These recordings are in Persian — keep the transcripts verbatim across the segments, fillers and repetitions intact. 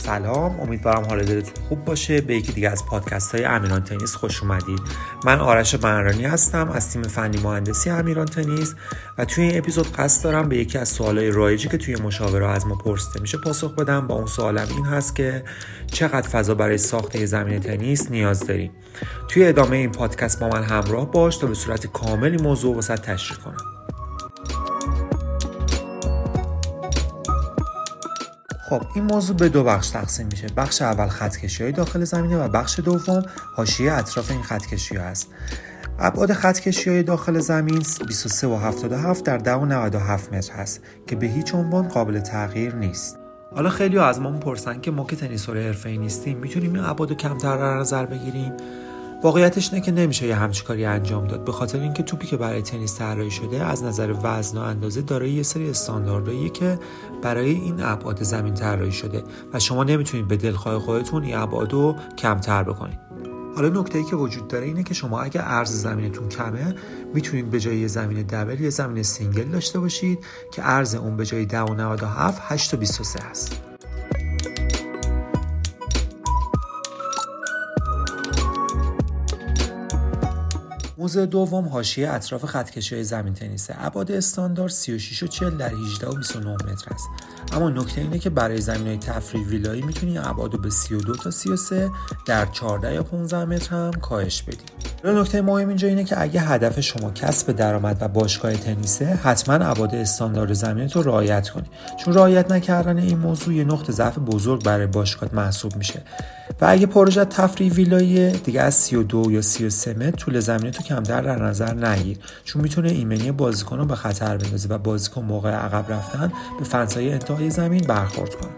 سلام، امیدوارم حال دلتون خوب باشه. به یکی دیگه از پادکست های امیران تنیس خوش اومدید. من آرش بنرانی هستم از تیم فنی مهندسی امیران تنیس و توی این اپیزود قصد دارم به یکی از سوالای رایجی که توی مشاوره از ما پرسیده میشه پاسخ بدم. با اون سوالم این هست که چقدر فضا برای ساخت یه زمین تنیس نیاز داریم. توی ادامه این پادکست با من همراه باش تا به صورت کاملی موضوع واسط تشریح کنم. خب این موضوع به دو بخش تقسیم میشه. بخش اول خطکشی‌های داخل زمینه و بخش دوم حاشیه اطراف این خطکشی‌ها است. ابعاد خطکشی‌های داخل زمین بیست و سه و هفتاد و هفت در ده و نود و هفت متر هست که به هیچ عنوان قابل تغییر نیست. حالا خیلی از ما میپرسن که ما که تنیسور حرفه‌ای نیستیم میتونیم این ابعاد کمتر در نظر بگیریم؟ واقعیتش اینه که نمیشه یه همچین کاری انجام داد، به خاطر اینکه توپی که برای تنیس طراحی شده از نظر وزن و اندازه دارای یه سری استانداردهاییه که برای این ابعاد زمین طراحی شده و شما نمیتونید به دلخواه خودتون این ابعادو کمتر بکنید. حالا نکته‌ای که وجود داره اینه که شما اگه عرض زمینتون کمه میتونید به جای یه زمین دبل یه زمین سینگل داشته باشید که عرض اون به جای ده و نود و هفت هشت و بیست و سه هست. موضوع دوم حاشیه اطراف خطکشی‌های زمین تنیسه. ابعاد استاندارد سی و شش و چهل در هجده و بیست و نه متر است. اما نکته اینه که برای زمین‌های تفریح ویلایی میتونی ابعادو به سی و دو تا سی و سه در چهارده یا پانزده متر هم کاهش بدی. حالا نکته مهم اینجا اینه که اگه هدف شما کسب درآمد و باشگاه تنیسه، حتما ابعاد استاندارد زمینت رو رعایت کنی، چون رعایت نکردن این موضوع یه نقطه ضعف بزرگ برای باشگاه محسوب میشه. و اگه پروژه تفریح ویلایی دیگه از سی و دو یا سی و سه متر طول زمینتو کمتر در نظر نگیر، چون میتونه ایمنی بازیکن رو به خطر بندازه و بازیکن موقع عقب رفتن به فنسای انتهای زمین برخورد کنه.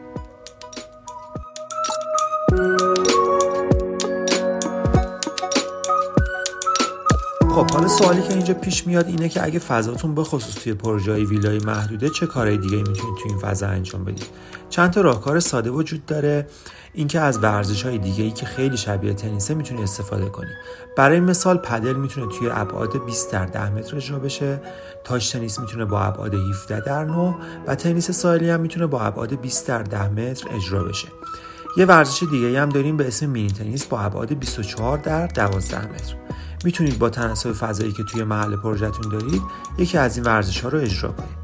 خب حالا سوالی که اینجا پیش میاد اینه که اگه فضاتون به خصوص توی پروژه‌های ویلایی محدوده، چه کارهای دیگه میتونید توی این فضا انجام بدید؟ چند تا راهکار ساده وجود داره. اینکه از ورزش‌های دیگه‌ای که خیلی شبیه تنیسه میتونید استفاده کنید. برای مثال پدل میتونه توی ابعاد بیست در ده متر اجرا بشه، تاج تنیس میتونه با ابعاد هفده در نه و تنیس ساحلی هم میتونه با ابعاد بیست در ده متر اجرا بشه. یه ورزش دیگه‌ای هم داریم به اسم مینی تنیس با ابعاد بیست و چهار در دوازده متر. میتونید با تناسب فضایی که توی محل پروژه‌تون دارید یکی از این ورزش‌ها رو اجرا کنید.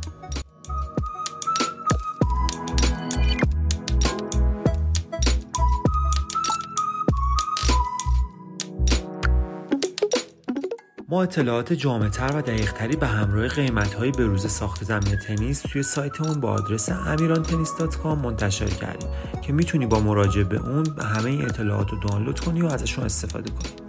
ما اطلاعات جامع‌تر و دقیق‌تری به همراه قیمت‌های بروز ساخت زمین تنیس توی سایتمون با آدرس امیران تنیس دات کام منتشر کردیم که میتونی با مراجعه به اون همه این اطلاعات رو دانلود کنی و ازشون استفاده کنی.